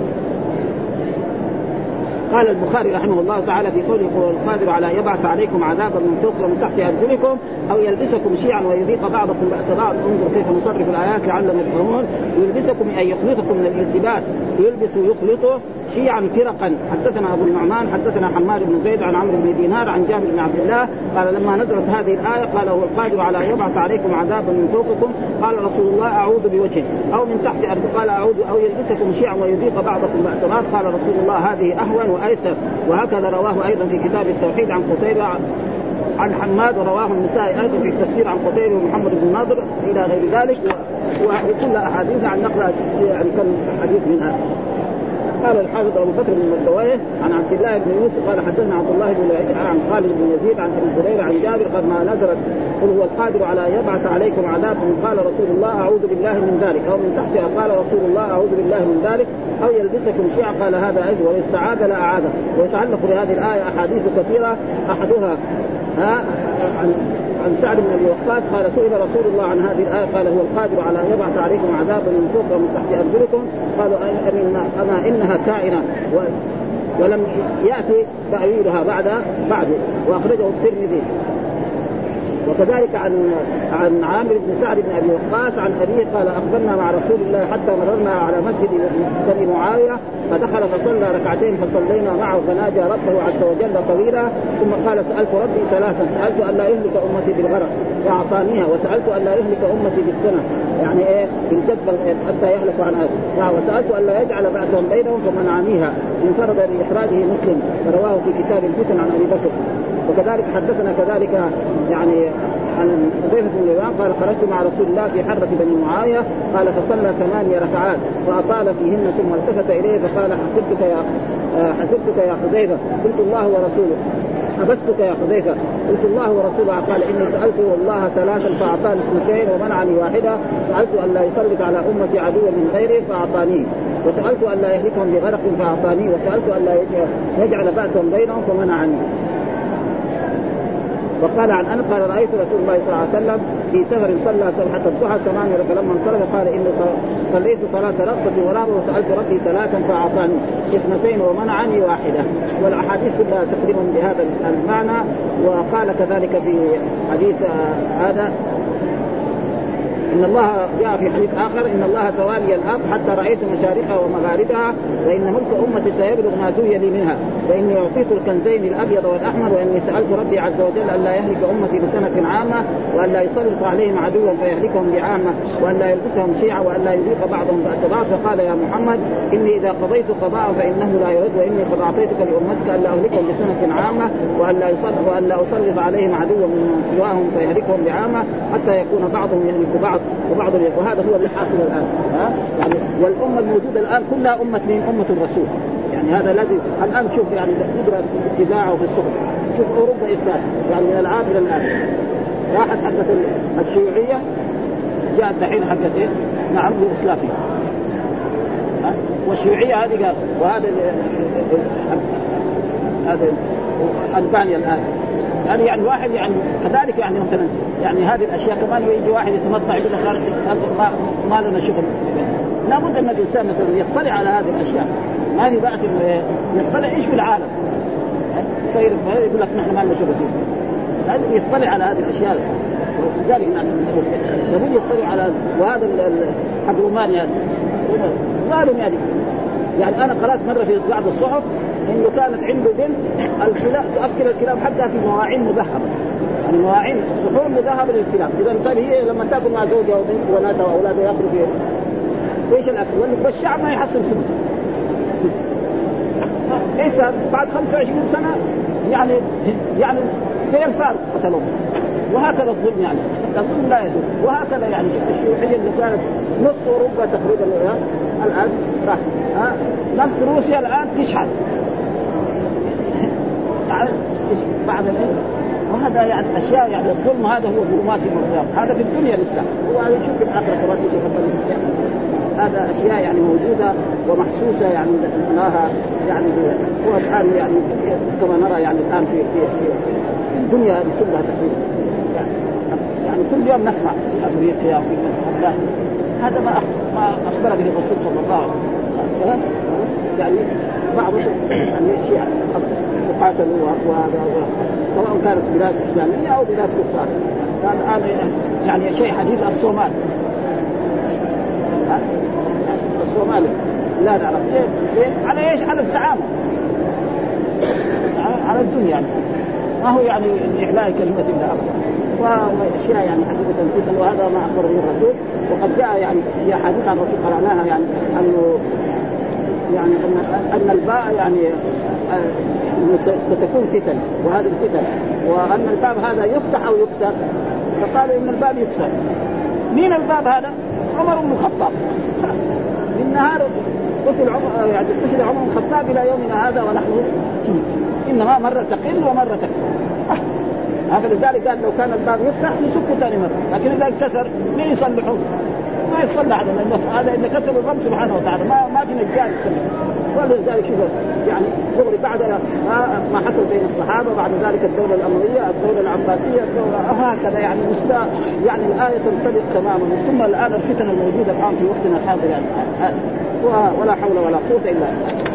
قال البخاري رحمه الله تعالى في قوله القادر على يبعث عليكم عذابا من فوق ومن تحت أرجلكم أو يلبسكم شيعا ويذيق بعضكم بأس بعض، انظر كيف نصرف الآيات لعلهم يفهمون. يلبسكم أي يخلطكم من الالتباس، يلبس يخلطه شيعا فرقا. حدثنا أبو النعمان حدثنا حماد بن زيد عن عمرو بن دينار عن جابر بن عبد الله قال لما نزلت هذه الآية قال هو القادر على يبعث عليكم عذابا من فوقكم، قال رسول الله أعوذ بوجهه، أو من تحت أرجل قال أعوذ، أو يلبسكم شيعا ويذيق بعضكم بأس بعض، قال رسول الله هذه أهون وأيسر. وهكذا رواه أيضا في كتاب التوحيد عن قتيبة عن حماد، ورواه النسائي أيضا في التفسير عن قتيبة ومحمد بن ناظر إلى غير ذلك، وكل أحاديث عن نقرأ يعني كم حديث منها. قال الحافظ أبو بكر بن مردويه عن عبد الله بن يوسف قال حدثنا عبد الله بن عن خالد بن يزيد عن ابي هريره عن جابر قد ما نزلت قل هو القادر على يبعث عليكم عذابا، قال رسول الله أعوذ بالله من ذلك، أو من تحتها قال رسول الله أعوذ بالله من ذلك، أو يلبسكم شيعا قال هذا أجل، ويستعاذ لا أعاذه. ويتعلق بهذه الآية أحاديث كثيرة، أحدها ها عن عن سعد بن ابي وقاص قال سئل رسول الله عن هذه الايه قال هو القادر على ان يبعث عليكم عذابا من فوق ومن تحت ارجلكم، قالوا اما انها كائنه و ولم ياتي تاويلها بعد بعد واخرجه الترمذي. وكذلك عن عن عامر بن سعد بن ابي وقاص عن ابيه قال اخبرنا مع رسول الله حتى مررنا على مسجد بني معاويه فدخل فصلى ركعتين فصلينا معه فناجى ربه عز وجل طويلا، ثم قال سالت ربي ثلاثا، سالت ان لا يهلك امتي بالغرق واعطانيها، وسالت ان لا يهلك امتي بالسنه يعني ايه بالجدب حتى يهلكوا عن هذا، وسالت ان لا يجعل بعثهم بينهم فمنعانيها. انفرد باخراجه مسلم فرواه في كتاب الفتن عن ابي بكر. وكذلك حدثنا كذلك يعني عن حذيفة بن اليمان قال خرجت مع رسول الله في حرة بني معاوية قال فصلى ثمانية ركعات فأطال فيهن ثم التفت إليه فقال حسبتك يا حسبتك يا حذيفة، قلت الله ورسوله حبستك يا حذيفة؟ قلت الله ورسوله. قال إني سألت الله ثلاثا فأعطاني اثنتين ومنعني واحدة. سألت أن لا يسلط على أمتي عدوا من غيره فأعطاني، وسألت أن لا يهلكهم بغرق فأعطاني، وسألت أن لا يجعل بأسهم بينهم فمنعني. وقال عن أنس قال رأيت رسول الله صلى الله عليه وسلم في سفر صلى سبحة الضحى ثمانية فلما انصرف قال إني صليت صلاة رغبة ورهبة وسألت ربي ثلاثا فأعطاني اثنتين ومنعني واحدة. والأحاديث كلها تقريبا بهذا المعنى. وقال كذلك في حديث هذا إن الله جاء في حديث آخر إن الله توالي الأرض حتى رأيت مشارقها ومغاربها وإن ملك أمتي سيبلغ ما زوي لي منها وإني أعطيت الكنزين الأبيض والأحمر وإني سألت ربي عز وجل أن لا يهلك أمتي بسنة عامة وأن لا يسلط عليهم عدوا فيهلكهم بعامة وأن لا يلبسهم شيعا وأن لا يذيق بعضهم بأس بعض. فقال يا محمد إني إذا قضيت قضاء فإنه لا يرد وإني قد أعطيتك لأمتك أن لا أهلكهم بسنة عامة وأن لا يسلط وأن لا أسلط عليهم عدوا من سواهم فيهلكهم بعامة حتى يكون بعضهم يهلك بعض وبعض. وهذا هو اللي حاصل الآن. ها يعني والأمة الموجودة الآن كلها أمة من أمة الرسول. يعني هذا الذي الآن شوف يعني يدرى في الإذاعة وفي الصحف. شوف أوروبا إسلام يعني من العام إلى الآن راحت حقة الشيوعية جاءت دحين حقة إيه؟ نعم الإسلافية. والشيوعية هذه قال وهذا هذا ألبانيا الآن هذه يعني واحد يعني كذلك يعني مثلا يعني هذه الأشياء كمان يجي واحد يتمطع يقول لك ما ما لنا شغل. لابد أن الإنسان مثلا يطلع على هذه الأشياء. ما في بأس إنه يطلع إيش في العالم يصير يقول لك نحن ما لنا شغل فيه. لازم يطلع على هذه الأشياء. ولذلك الناس يقول يطلع على وهذا حق رومانيا ظالم يعني. يعني أنا قرأت مرة في بعض الصحف إنه كانت عنده بنت الكلاب تأكل الكلاب حتى في مواعين مذهبة. يعني مواعين صحون مذهبة للكلاب. إذا طيب هي لما تأكل مع زوجها وبنت وبناتها وأولادها يأكلوا فيها إيش الأكل؟ والشعب ما يحصل فلوس. إيش بعد خمسة وعشرين سنة يعني يعني زي الفارق قتلوه. وهكذا الظلم يعني الظلم لا يدوم. وهكذا يعني الشيوعية اللي كانت نصف أوروبا تقريبا الآن راح ها نفس روسيا الآن تشحن يعني بعد الآن. وهذا يعني أشياء يعني الظلم هذا هو ظلمات المرضى. هذا في الدنيا لسه هو يشوف في الآخرة كمان يشوف الدنيا. هذا أشياء يعني موجودة ومحسوسة يعني أنها يعني هو الآن يعني كما نرى يعني الآن في في في الدنيا هذه كلها تقريبا يعني, يعني كل يوم نسمع في أفريقيا وفي الله. هذا ما ما أخبر به الرسول صلى الله عليه وسلم. يعني بعض يعني شيء يقاتلوا وهذا سواء كانت بلاد إسلامية أو بلاد كفار. هذا يعني شيء حديث الصومال. الصومال لا نعرف ليه على إيش؟ على الزعامة على الدنيا يعني. ما هو يعني إعلاء كلمة الله أبدا. وأشياء يعني حقيقة جدا. وهذا ما أخبر به الرسول. وقد جاء يعني في حديث عن الرسول قرأناها يعني أنه يعني أن أن الباء يعني ستكون فتن وهذا الفتن وأن الباب هذا يفتح أو يكسر. فقالوا إن الباب يكسر. مين الباب هذا؟ عمر بن الخطاب. من نهار قتل عمر يعني استشهد عمر بن الخطاب إلى يومنا هذا ونحن فيه. إنما مرة تقل ومرة تكسر. فلذلك قال لو كان الباب يفتح يسكوا ثاني مرة. لكن إذا انكسر مين يصلحه؟ ما يصلح هذا لأنه هذا إذا كسر الرب سبحانه وتعالى ما ما في مجال يستمر. ولذلك شوف يعني دغري بعد ما حصل بين الصحابة بعد ذلك الدولة الأموية الدولة العباسية الدولة هكذا يعني مستوى يعني الآية تنطبق تماما. ثم الآن الفتن الموجودة الآن في وقتنا الحاضر يعني ولا حول ولا قوة إلا بالله.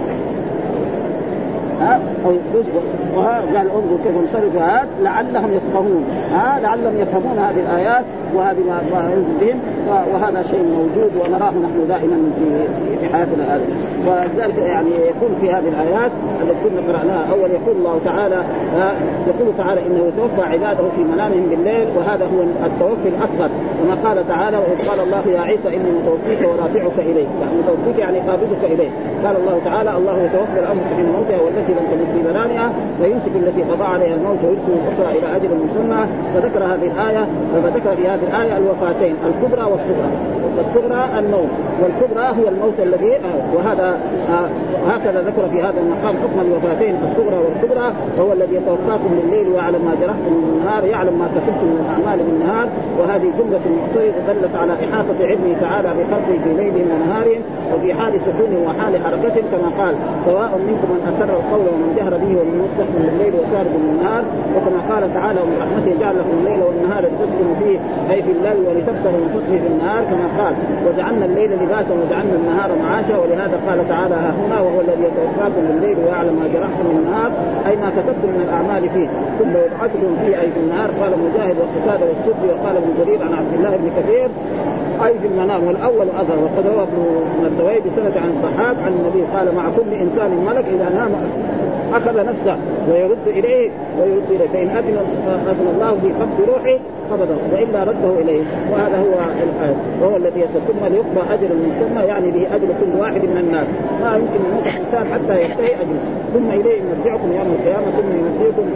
ها وقال انظر كيف انصرف هذا لعلهم يفقهون. ها لعلهم يفهمون هذه الآيات وهذه ما ينزل بهم. وهذا شيء موجود ونراه نحن دائما في في حياتنا هذه. وذلك يعني يكون في هذه الآيات التي كنا قرأناها. أول يقول الله تعالى يقول تعالى إنه يتوفى عباده في منامهم بالليل وهذا هو التوفي الأصغر. كما قال تعالى وإذ قال الله يا عيسى إني متوفيك ورافعك إليك. يعني متوفيك يعني قابضك إليك. قال الله تعالى الله يتوفى الأنفس حين موتها والتي لم تمت في منامها ويمسك التي قضى عليها الموت ويرسل الأخرى إلى أجل مسمى. فذكر هذه الآية فذكر في هذه الآية الوفاتين الكبرى والصغرى. الصغرى النوم والكبرى هو الموت الذي آه وهذا آه هكذا ذكر في هذا المقام حكم الوفاتين الصغرى والكبرى، وهو الذي يتوفاكم بالليل ويعلم ما جرحتم من النهار، يعلم ما كسبتم من الأعمال بالنهار. وهذه جملة مؤتية دلت على إحاطة علمه تعالى بخلقه في ليلهم ونهارهم وفي حال سكونهم وحال حركتهم، كما قال سواء منكم من أسر القول ومن جهر به ومن مستحق بالليل وسارب بالنهار. وكما قال تعالى ومن رحمته جعل لكم الليل والنهار لتسكنوا فيه أي في الليل ولتبتغوا من فضله في النهار، كما قال وجعلنا الليل لباسا وجعلنا النهار معاشا. ولهذا قال تعالى ها هنا وهو الذي يتوفاكم بالليل ويعلم ما جرحتم من النهار أي ما كسبتم من الأعمال فيه ثم يبعثكم فيه أي في النهار. قال مجاهد وقتادة والسدي وقال ابن جرير عن عبد الله بن كثير أي في المنام، والأول أظهر. وقد روى ابن مردويه بسند عن الضحاك عن النبي قال مع كل إنسان ملك إذا نام أخذ نفسه ويرد إليه ويرد إليه فإن أذن أذن الله في قبض روحه قبضه وإلا رده إليه. وهذا هو الآية وهو الذي يستثم ليقضى أجل المسمى يعني به أجل كل واحد من الناس، ما يمكن يموت الإنسان حتى ينتهي أجله ثم إليه مرجعكم يوم القيامة ثم ينبئكم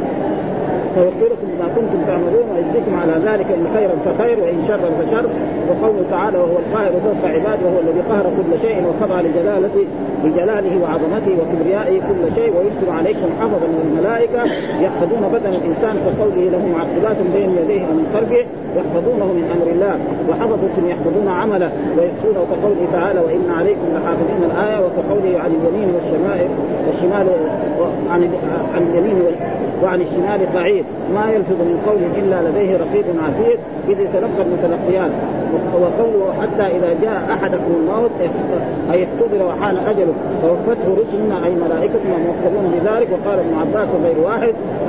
فيخبركم بما كنتم تعملون ويجزيكم على ذلك إن خيرا فخير وإن شرا فشر. وقوله تعالى وهو القاهر فوق عباده وهو الذي قهر كل شيء وخضع لجلالته بجلاله وعظمته وكبريائه كل شيء ويرسل عليكم حفظا من الملائكة يحفظون بدن الإنسان كقوله له معقبات بين يديه ومن خلفه يحفظونه من أمر الله وحفظة يحفظون عمله ويحصونه كقوله تعالى وإن عليكم لحافظين الآية وكقوله عن اليمين والشمال والشمال عن عن اليمين وعن الشمال قعيد ما يلفظ من قول إلا لديه رقيب عتيد إذ يتلقى المتلقيان. وقوله حتى إذا جاء أحدكم الموت أي احتضر وحان أجله توفته رسلنا أي ملائكتنا موكلون بذلك. وقال ابن عباس غير واحد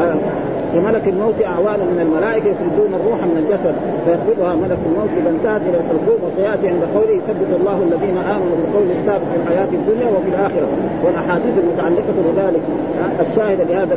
لملك الموت أعوانا من الملائكة يخرجون الروح من الجسد فيقبضها ملك الموت إذا انتهت إلى الحلقوم. وسيأتي عند قوله يثبت الله الذين آمنوا بالقول الثابت في الحياة الدنيا وفي الآخرة. والأحاديث المتعلقة بذلك الشاهد لهذا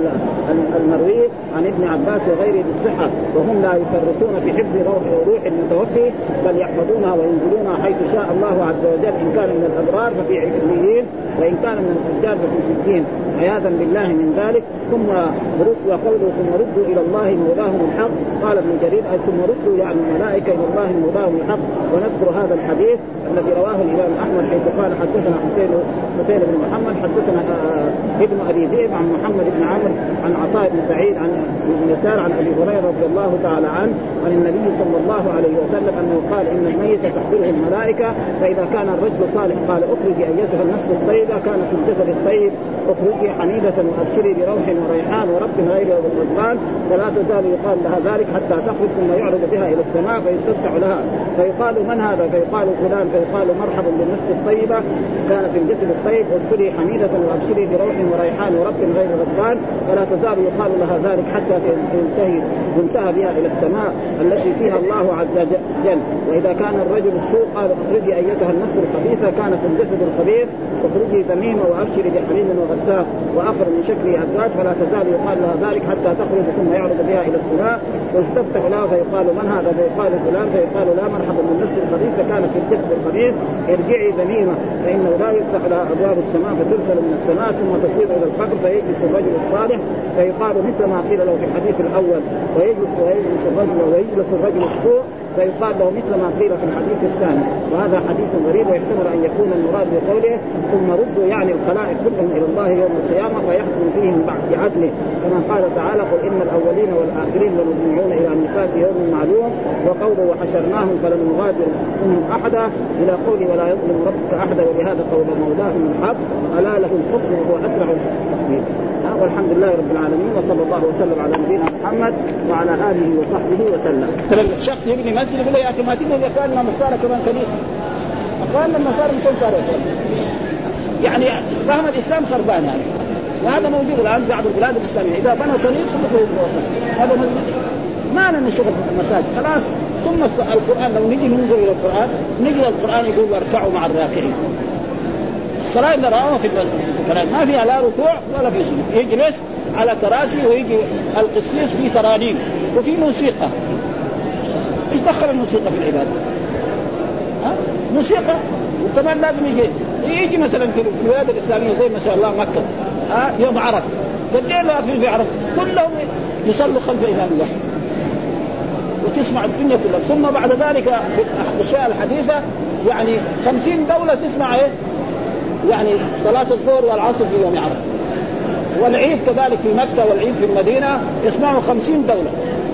المروي عن ابن عباس وغيره بالصحة وهم لا يفرطون في حفظ روح روح المتوفي بل يحفظونها وينزلونها حيث شاء الله عز وجل إن كان من الأبرار ففي عليين وإن كان من الفجار ففي سجين عياذا بالله من ذلك. ثم ردوا وقوله ثم ردوا إلى الله مولاهم الحق. قال ابن جرير ثم ردوا يعني الملائكة إلى الله مولاهم الحق. ونذكر هذا الحديث الذي رواه الإمام أحمد حيث قال حدثنا حسين حسين بن محمد حدثنا ابن أبي ذئب عن محمد بن عمرو عن عطاء بن سعيد عن ابن يسار عن أبي هريرة رضي الله تعالى عنه عن النبي صلى الله عليه وسلم أنه قال إن الميت تحضره الملائكة فإذا كان الرجل صالح قال اخرجي أيتها النفس الطيبة كانت في الجسد الطيب اخرجي حميدة وأبشري بروح وريحان ورب غير الرضوان فلا تزال يقال لها ذلك حتى تخرج ثم يعرض بها إلى السماء فيستفتح لها فيقال من هذا فيقال فلان فيقال مرحبا بالنفس الطيبة كانت في الجسد الطيب ادخلي حميدة وأبشري بروح وريحان ورب غير الرضوان فلا تزال يقال لها ذلك حتى تنتهي ينتهى بها إلى السماء التي فيها الله عز وجل. وإذا كان الرجل السوء قال اخرجي أيتها النفس الخبيثة كانت الجسد الخبيث اخرجي ذميمة وأبشري بحليم وغساق وآخر من شكل أزواج فلا تزال يقال لها ذلك حتى تخرج ثم يعرض بها إلى السماء ويستفتح لها فيقال من هذا فيقال فلان فيقال لا مرحبا بالنفس الخبيثة كانت في الجسد الخبيث ارجعي ذميمة فإنه لا يفتح لها أبواب السماء فترسل من السماء ثم تصير إلى القبر فيجلس الرجل الصالح فيقال مثل ما قيل له في الحديث الأول ويجلس ويجلس الرجل ويجلس الرجل السوء فيقال له مثل ما قيل في الحديث الثاني. وهذا حديث غريب ويحتمل أن يكون المراد بقوله ثم ردوا يعني الخلائق كلهم إلى الله يوم القيامة ويحكم فيهم بعدله كما قال تعالى قل إن الأولين والآخرين لمجموعون إلى ميقات يوم معلوم. وقوله وحشرناهم فلم نغادر منهم أحدا إلى قوله ولا يظلم ربك أحدا ولهذا قول مولاهم الحق ألا له الحكم وهو أسرع التصوير. والحمد لله رب العالمين وصلى الله وسلم على نبينا محمد وعلى آله وصحبه وسلم. الشخص يبني مسجد يقول يا أخي ما تبني أقوال النصارى كمان كنيسة أقوال النصارى مش صار يعني فهم الإسلام خربان يعني. وهذا موجود الآن في بعض البلاد الإسلامية إذا بنوا كنيسة هذا مسجد ما لنا شغل في المساجد خلاص. ثم القرآن لو نجي ننظر إلى القرآن نجي القرآن يقول واركعوا مع الراكعين. الصلاة اللي رأوها في الكلام ما فيها لا ركوع ولا في سجود يجلس على كراسي ويجي القسيس في ترانيم وفي موسيقى. ايش دخل الموسيقى في العبادة؟ ها؟ موسيقى. وكمان لازم يجي يجي مثلا في البلاد الإسلامية زي ما شاء الله مكة ها يوم عرفة قدين لا في عرفة كلهم يصلوا خلف إمام الله وتسمع الدنيا كلها. ثم بعد ذلك في الأشياء الحديثة يعني خمسين دولة تسمع إيه يعني صلاة الظهر والعصر في يوم عرفة، والعيد كذلك في مكة والعيد في المدينة يسمعوا خمسين دولة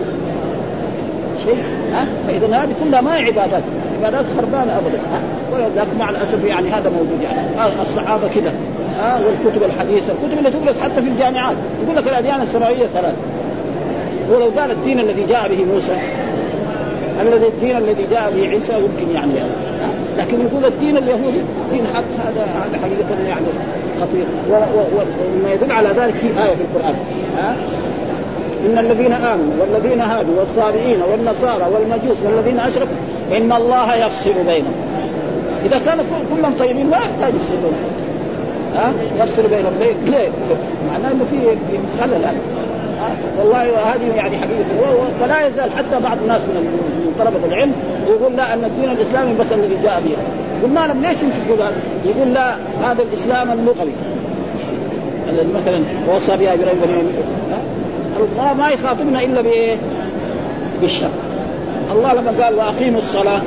شيء. ها فإذا هذه كلها ما عبادات، عبادات خربانة أبدا. ولكن مع الأسف يعني هذا موجود يعني الصحابة كده. ها والكتب الحديثة، الكتب اللي تدرس حتى في الجامعات يقول لك الأديان السماوية ثلاث. ولو قال الدين الذي جاء به موسى، الذي الدين الذي جاء به عيسى يمكن يعني, يعني. لكن يقول الدين اليهودي دين حق، هذا هذا حقيقة يعني خطير. وما يدل على ذلك في آية في القرآن، ها إن الذين آمنوا والذين هادوا والصابئين والنصارى والمجوس والذين أشركوا إن الله يفصل بينهم. إذا كانوا كلهم طيبين ما يحتاج يفصل بينهم، ها يفصل بينهم ليه؟ معناه إنه في في خلل الآن. والله هذه يعني حقيقة. فلا يزال حتى بعض الناس من طلبة العلم يقول لا أن الدين الإسلامي بس الذي جاء به. قلنا لهم ليش انت تقول هذا؟ يقول لا هذا الإسلام اللغوي الذي مثلا وصى بها إبراهيم بن الله ما يخاطبنا إلا بإيه؟ بالشرع. الله لما قال وأقيموا الصلاة،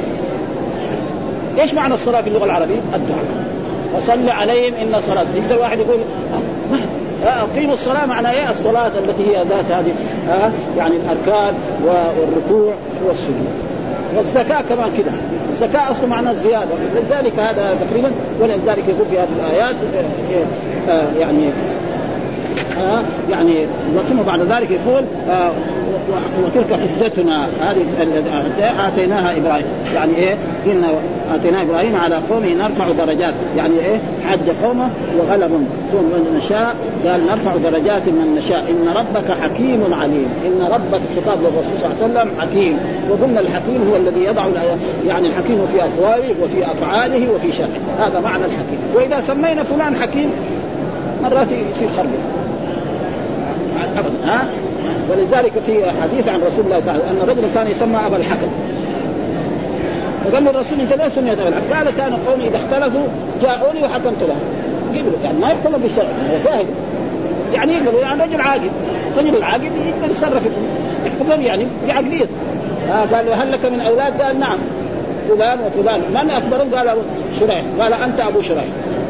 إيش معنى الصلاة في اللغة العربية؟ الدعاء. وصل عليهم إن صلاة. يقدر واحد يقول أقيموا الصلاة معنى إيه؟ الصلاة التي هي ذات هذه آه يعني الأركان والركوع والسجود. والزكاة كمان كده، الزكاة أصلا معنى الزيادة، لذلك هذا تقريبا. ولذلك يقول في هذه الآيات آه آه يعني آه يعني ثم بعد ذلك يقول آه وتلك حجتنا هذه آتيناها إبراهيم، يعني إيه؟ إن آتينا إبراهيم على قومه نرفع درجات، يعني إيه؟ حج قومه وغلبهم ثم من نشاء قال نرفع درجات من نشاء إن ربك حكيم عليم. إن ربك خطاب للرسول صلى الله عليه وسلم حكيم، وقلنا الحكيم هو الذي يضع يعني الحكيم في أقواله وفي أفعاله وفي شرعه، هذا معنى الحكيم. وإذا سمينا فلان حكيم مرات يصير خرب أبدا. ها ولذلك في حديث عن رسول الله صلى الله عليه وسلم أن رجل كان يسمى أبا الحكم، فقال له الرسول انت ليش سميت أبا الحكم؟ قال كان قومي إذا اختلفوا جاءوني وحكمت لهم. قبلوا يعني ما يختلف بالشرع، هو فاهم يعني يقبلوا يعني رجل عاقل، رجل العاقل يقدر يتصرف يحكم يعني بعقليته. آه قال له هل لك من أولاد؟ قال نعم فلان وفلان. من أكبرهم؟ قال شريح. قال أنت أبو شريح.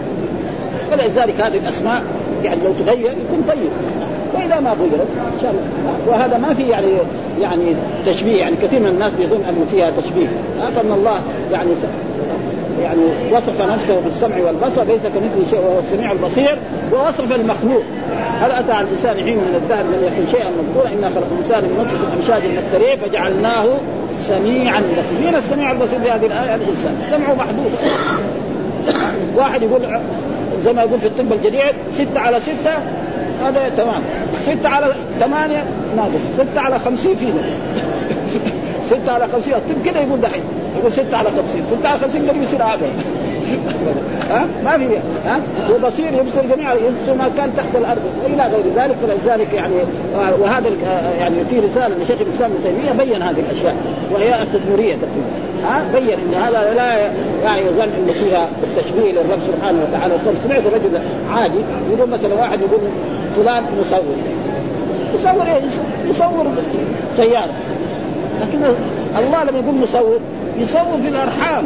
فلذلك هذه الأسماء يعني لو تغير يكون طيب، وإذا ما غيرت إن شاء الله. وهذا ما في يعني يعني تشبيه، يعني كثير من الناس يظن أنه فيها تشبيه. فإن الله يعني يعني وصف نفسه بالسمع والبصر ليس كمثله شيء وهو السميع البصير، ووصف المخلوق هل أتى على الإنسان حين من الدهر لم يكن شيئا مذكورا إنا خلق الإنسان من نطفة أمشاج نبتليه فجعلناه سميعا بصيرا. مين السميع البصير بهذه الآية؟ الإنسان سمعه محدود. واحد يقول زي ما يقول في الطب الجديد ستة على ستة هذا تمام، ستة على ثمانية ناقص، ستة على خمسين فينا ستة على خمسين الطب كده يقول دحين يقول ستة على خمسين، ستة على خمسين قريب يصير عابر ها ما في ها. وبصير يبصر جميع يبصر ما كان تحت الأرض إلى غير ذلك. فلذلك يعني وهذا يعني في رسالة لشيخ الإسلام ابن تيمية بين هذه الأشياء وهي التدمرية تقريبا. ها بين إن هذا لا يعني يظن إن فيها التشبيه للرب سبحانه وتعالى. سمعت رجل عادي يقول مثلا واحد يقول فلان مصور، يصور ايه؟ يصور سيارة، لكن الله لما يقول مصور يصور في الأرحام.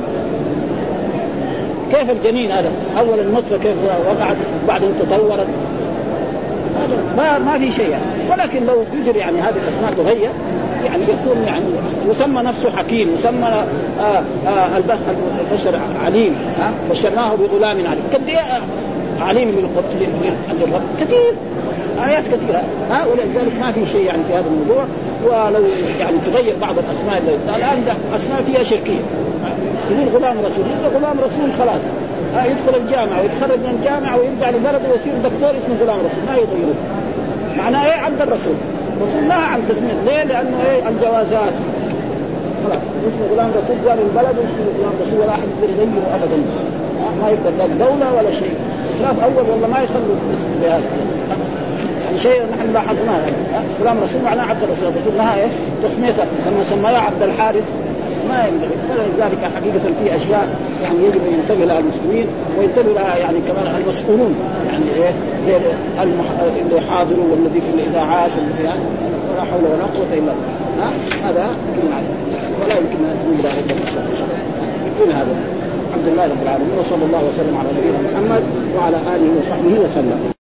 كيف الجنين هذا أول النطفة كيف وقعت بعدين تطورت، ما ما في شيء يعني. ولكن لو يجري يعني هذه الأسماء تغير يعني يكون يعني يسمى نفسه حكيم، يسمى آه آه البشر عليم. ها آه بشرناه بغلام عليم. قد ايه عليم للرب كثير آيات كثيرة. ها ولذلك ما في شيء يعني في هذا الموضوع. ولو يعني تغير بعض الأسماء اللي الآن ده أسماء فيها شركية. يقول غلام رسول، يقول غلام رسول خلاص ها يدخل الجامعة ويتخرج من الجامعة ويرجع لبلده ويصير دكتور اسمه غلام رسول، ما يغيره. معناه ايه؟ عبد الرسول. رسول لها عن تسمية ليه؟ لأنه ايه؟ الجوازات خلاص اسمه غلام رسول جاء من البلد اسمه غلام رسول ولا أحد يقدر يغيره أبدا. ما يقدر لا دولة ولا شيء. خلاف أول والله ما يخلوا اسم بهذا يعني شيء نحن لاحظناه. غلام رسول معناه عبد الرسول. الرسول لها ايه؟ تسميته لما سماه عبد الحارث ما ينبغي. فلذلك حقيقة في أشياء يعني يجب أن ينتبه لها المسلمين وينتبه لها يعني كمان المسؤولون يعني إيه المح... اللي حاضروا والذي في الإذاعات واللي في ولا حول ولا قوة إلا بالله. ها هذا ولا يمكن ان نقول هذا في الشهر يكفينا هذا. الحمد لله رب العالمين، وصلى الله وسلم على نبينا محمد وعلى اله وصحبه وسلم.